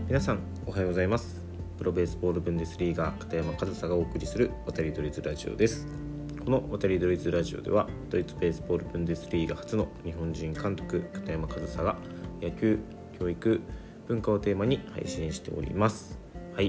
皆さんおはようございます。プロベースボールブンデスリーガ片山和沙がお送りする渡りドリズラジオです。この渡りドリズラジオではドイツベースボールブンデスリーガ初の日本人監督片山和沙が野球、教育、文化をテーマに配信しております。はい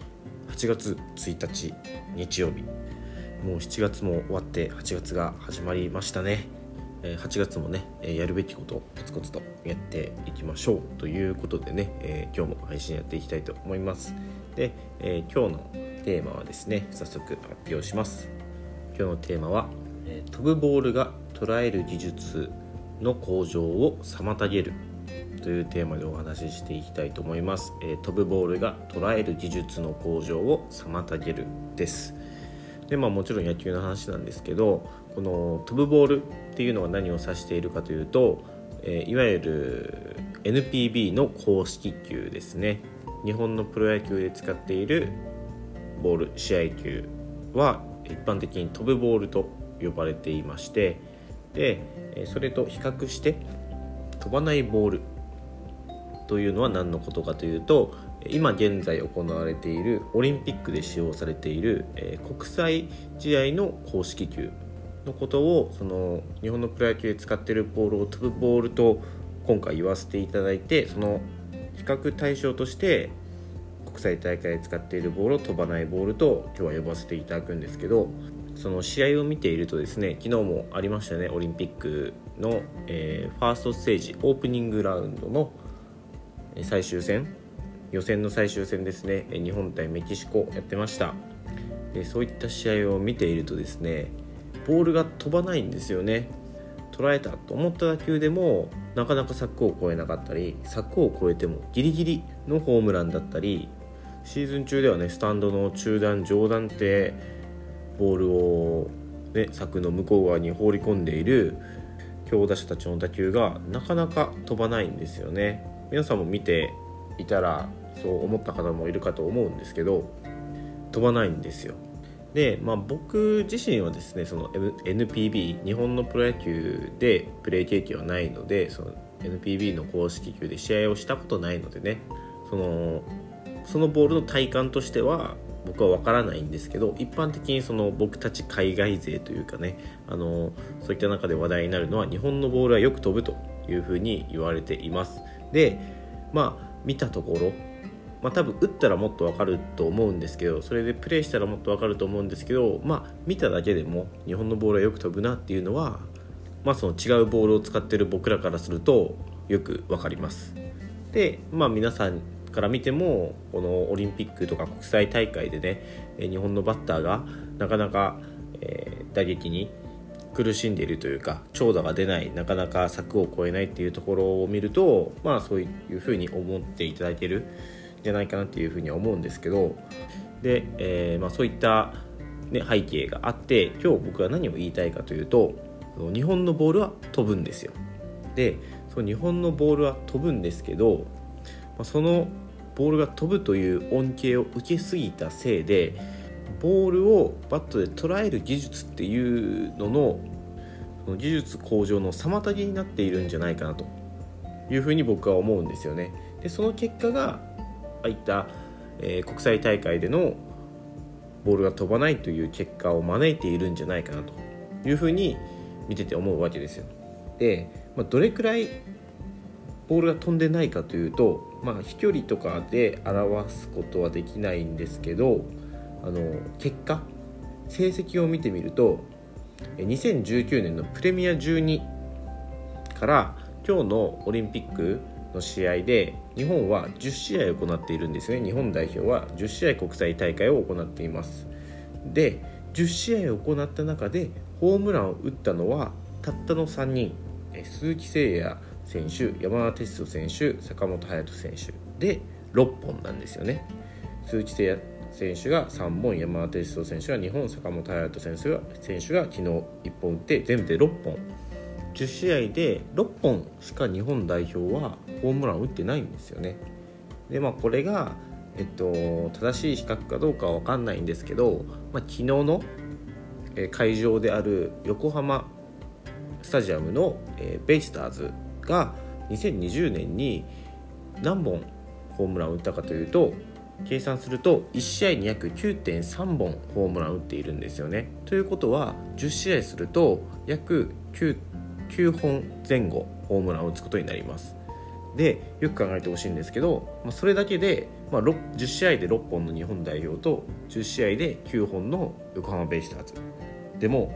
、8月1日日曜日、もう7月も終わって8月が始まりましたね。8月もね、やるべきことをコツコツとやっていきましょうということでね、今日も配信やっていきたいと思います。で、今日のテーマはですね、早速発表します。今日のテーマは、飛ぶボールが捉える技術の向上を妨げるというテーマでお話ししていきたいと思います。飛ぶボールが捉える技術の向上を妨げるです。で、もちろん野球の話なんですけど、この飛ぶボールっていうのは何を指しているかというと、いわゆる NPB の公式球ですね。日本のプロ野球で使っているボール、試合球は一般的に飛ぶボールと呼ばれていまして、でそれと比較して飛ばないボールというのは何のことかというと、今現在行われているオリンピックで使用されている、国際試合の公式球のことを、その日本のプロ野球で使っているボールを飛ぶボールと今回言わせていただいて、その比較対象として国際大会で使っているボールを飛ばないボールと今日は呼ばせていただくんですけど、その試合を見ているとですね、昨日もありましたね、オリンピックの、ファーストステージオープニングラウンドの最終戦、予選の最終戦ですね、日本対メキシコやってました。でそういった試合を見ているとですね、ボールが飛ばないんですよね。捉えたと思った打球でもなかなか柵を越えなかったり、柵を越えてもギリギリのホームランだったり、シーズン中ではね、スタンドの中段上段ってボールを、柵の向こう側に放り込んでいる強打者たちの打球がなかなか飛ばないんですよね。皆さんも見ていたらそう思った方もいるかと思うんですけど、飛ばないんですよ。で、僕自身はですね、その NPB 日本のプロ野球でプレー経験はないので、その NPB の公式球で試合をしたことないのでね、そのボールの体感としては僕は分からないんですけど、一般的にその僕たち海外勢というかね、そういった中で話題になるのは日本のボールはよく飛ぶというふうに言われています。で、見たところ、多分打ったらもっと分かると思うんですけど、それでプレーしたらもっと分かると思うんですけど、見ただけでも日本のボールはよく飛ぶなっていうのは、その違うボールを使っている僕らからするとよく分かります。で、皆さんから見てもこのオリンピックとか国際大会でね、日本のバッターがなかなか、打撃に苦しんでいるというか、長打が出ない、なかなか柵を越えないっていうところを見ると、そういうふうに思っていただけるんじゃないかなっていうふうには思うんですけど、で、そういった、背景があって、今日僕は何を言いたいかというと、日本のボールは飛ぶんですよ。で、その日本のボールは飛ぶんですけど、そのボールが飛ぶという恩恵を受けすぎたせいで、ボールをバットで捉える技術っていうのの技術向上の妨げになっているんじゃないかなというふうに僕は思うんですよね。でその結果がああいった、国際大会でのボールが飛ばないという結果を招いているんじゃないかなというふうに見てて思うわけですよ。で、どれくらいボールが飛んでないかというと、飛距離とかで表すことはできないんですけど、結果成績を見てみると、2019年のプレミア12から今日のオリンピックの試合で日本は10試合を行っているんですね。日本代表は10試合国際大会を行っています。で、10試合を行った中でホームランを打ったのはたったの3人、鈴木誠也選手、山田哲人選手、坂本勇人選手で6本なんですよね。鈴木誠也選手が3本、山田哲人選手が2本、坂本勇人選手が昨日1本打って全部で6本、10試合で6本しか日本代表はホームランを打ってないんですよね。で、これが、正しい比較かどうかは分かんないんですけど、昨日の会場である横浜スタジアムのベイスターズが2020年に何本ホームランを打ったかというと、計算すると1試合に約 9.3 本ホームランを打っているんですよね。ということは10試合すると約 9本前後ホームランを打つことになります。でよく考えてほしいんですけど、それだけで、10試合で6本の日本代表と10試合で9本の横浜ベイスターズでも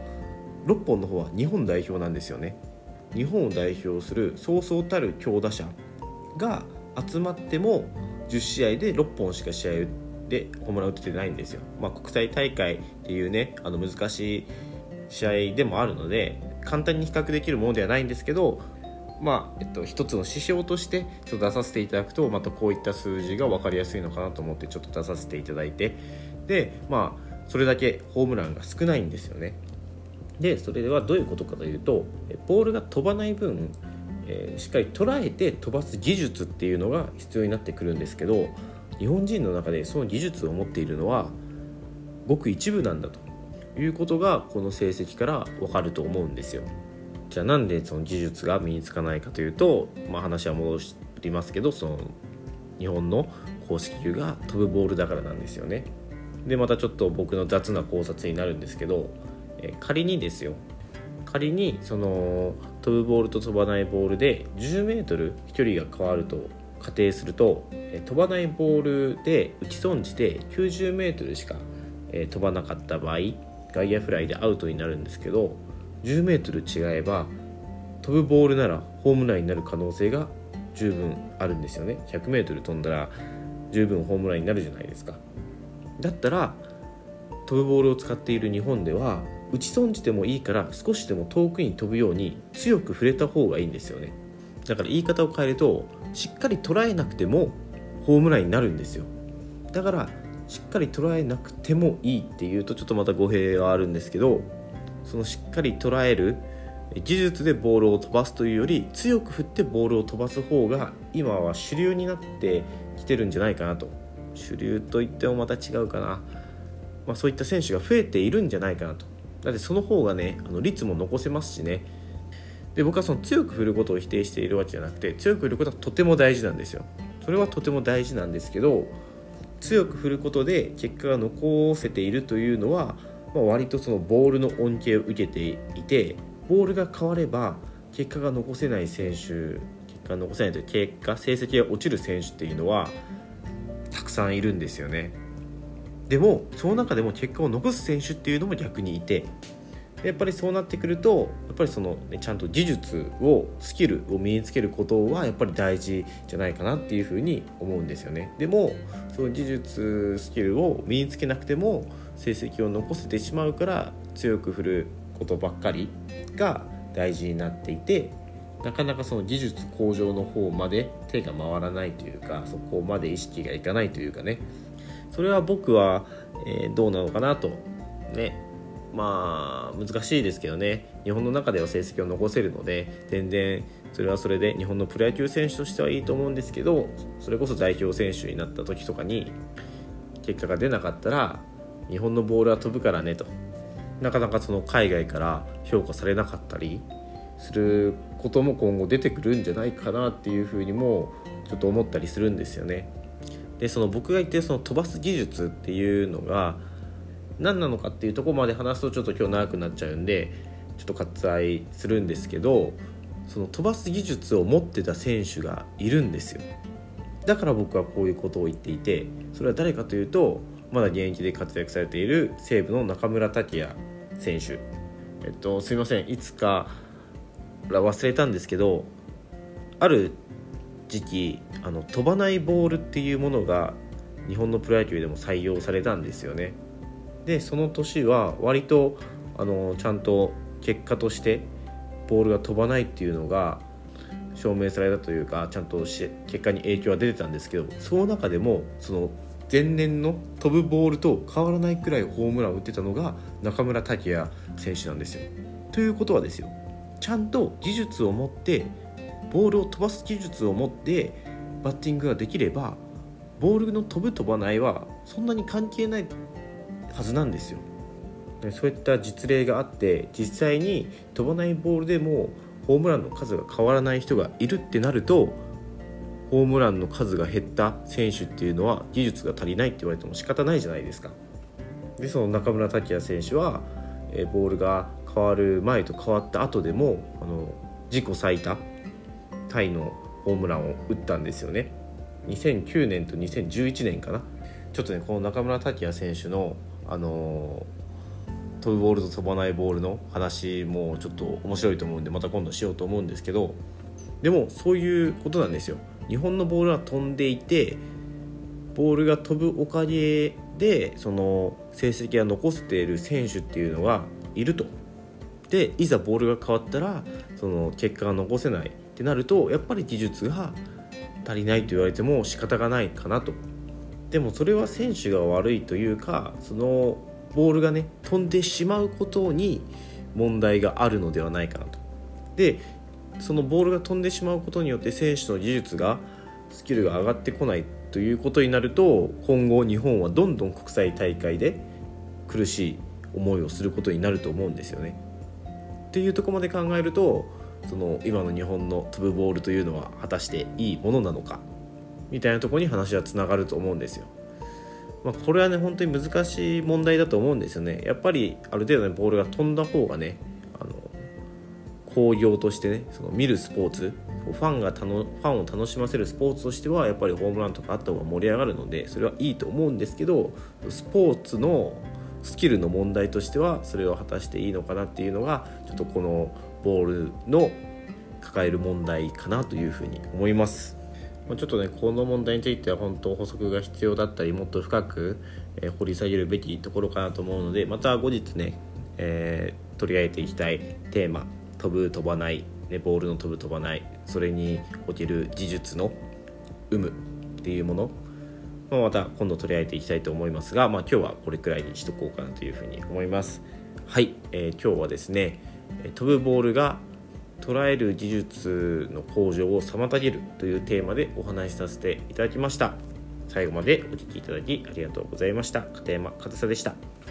6本の方は日本代表なんですよね。日本を代表するそうそうたる強打者が集まっても10試合で6本しか試合でホームラン打ってないんですよ。国際大会っていうね難しい試合でもあるので簡単に比較できるものではないんですけど、一つの指標としてちょっと出させていただくとまたこういった数字が分かりやすいのかなと思ってちょっと出させていただいて、でそれだけホームランが少ないんですよね。でそれではどういうことかというと、ボールが飛ばない分、しっかり捉えて飛ばす技術っていうのが必要になってくるんですけど、日本人の中でその技術を持っているのはごく一部なんだということがこの成績から分かると思うんですよ。じゃあなんでその技術が身につかないかというと、話は戻りますけど、その日本の公式球が飛ぶボールだからなんですよね。でまたちょっと僕の雑な考察になるんですけど、仮にその飛ぶボールと飛ばないボールで10メートル飛距離が変わると仮定すると、飛ばないボールで打ち損じて90メートルしか、飛ばなかった場合外野フライでアウトになるんですけど、10メートル違えば飛ぶボールならホームランになる可能性が十分あるんですよね。100メートル飛んだら十分ホームランになるじゃないですか。だったら飛ぶボールを使っている日本では打ち損じてもいいから少しでも遠くに飛ぶように強く触れた方がいいんですよね。だから言い方を変えるとしっかり捉えなくてもホームランになるんですよ。だからしっかり捉えなくてもいいっていうとちょっとまた語弊があるんですけど、そのしっかり捉える技術でボールを飛ばすというより強く振ってボールを飛ばす方が今は主流になってきてるんじゃないかなと。主流といってもまた違うかな、そういった選手が増えているんじゃないかなと。だってその方がね率も残せますしね。で僕はその強く振ることを否定しているわけじゃなくて、強く振ることはとても大事なんですよ。それはとても大事なんですけど、強く振ることで結果が残せているというのは、割とそのボールの恩恵を受けていて、ボールが変われば結果が残せない選手、結果が残せないという成績が落ちる選手っていうのはたくさんいるんですよね。でもその中でも結果を残す選手っていうのも逆にいて、やっぱりそうなってくるとやっぱりその、ちゃんと技術をスキルを身につけることはやっぱり大事じゃないかなっていうふうに思うんですよね。でもその技術スキルを身につけなくても成績を残せてしまうから強く振ることばっかりが大事になっていて、なかなかその技術向上の方まで手が回らないというか、そこまで意識がいかないというかね、それは僕は、どうなのかなとね。難しいですけどね、日本の中では成績を残せるので全然それはそれで日本のプロ野球選手としてはいいと思うんですけど、それこそ代表選手になった時とかに結果が出なかったら日本のボールは飛ぶからねと、なかなかその海外から評価されなかったりすることも今後出てくるんじゃないかなっていうふうにもちょっと思ったりするんですよね。でその僕が言ってるその飛ばす技術っていうのが何なのかっていうところまで話すとちょっと今日長くなっちゃうんでちょっと割愛するんですけど、その飛ばす技術を持ってた選手がいるんですよ。だから僕はこういうことを言っていて、それは誰かというとまだ現役で活躍されている西武の中村剛也選手、すいませんいつから忘れたんですけど、ある時期飛ばないボールっていうものが日本のプロ野球でも採用されたんですよね。でその年は割とちゃんと結果としてボールが飛ばないっていうのが証明されたというか、ちゃんと結果に影響は出てたんですけど、その中でもその前年の飛ぶボールと変わらないくらいホームランを打ってたのが中村剛也選手なんですよ。ということはですよ、ちゃんと技術を持ってボールを飛ばす技術を持ってバッティングができればボールの飛ぶ飛ばないはそんなに関係ないはずなんですよ。そういった実例があって、実際に飛ばないボールでもホームランの数が変わらない人がいるってなると、 ホームランの数が減った選手っていうのは技術が足りないって言われても仕方ないじゃないですか。でその中村剛也選手はボールが変わる前と変わった後でも自己最多タイのホームランを打ったんですよね。2009年と2011年かな。ちょっとねこの中村剛也選手の飛ぶボールと飛ばないボールの話もちょっと面白いと思うんでまた今度しようと思うんですけど、でもそういうことなんですよ。日本のボールは飛んでいてボールが飛ぶおかげでその成績が残せている選手っていうのがいると。でいざボールが変わったらその結果が残せないってなるとやっぱり技術が足りないと言われても仕方がないかなと。でもそれは選手が悪いというかそのボールがね飛んでしまうことに問題があるのではないかなと。でそのボールが飛んでしまうことによって選手の技術がスキルが上がってこないということになると今後日本はどんどん国際大会で苦しい思いをすることになると思うんですよね。っていうところまで考えるとその今の日本の飛ぶボールというのは果たしていいものなのかみたいなところに話はつながると思うんですよ。これはね本当に難しい問題だと思うんですよね。やっぱりある程度のボールが飛んだ方がね興行としてねその見るスポーツファンを楽しませるスポーツとしてはやっぱりホームランとかあった方が盛り上がるのでそれはいいと思うんですけどスポーツのスキルの問題としてはそれを果たしていいのかなっていうのがちょっとこのボールの抱える問題かなというふうに思います。ちょっとねこの問題については本当補足が必要だったりもっと深く掘り下げるべきところかなと思うのでまた後日ね、取り上げていきたいテーマ飛ぶ飛ばない、ボールの飛ぶ飛ばないそれにおける技術の有無っていうもの、また今度取り上げていきたいと思いますが、今日はこれくらいにしとこうかなというふうに思います。はい、今日はですね飛ぶボールが捉える技術の向上を妨げるというテーマでお話しさせていただきました。最後までお聞きいただきありがとうございました。片山和沙でした。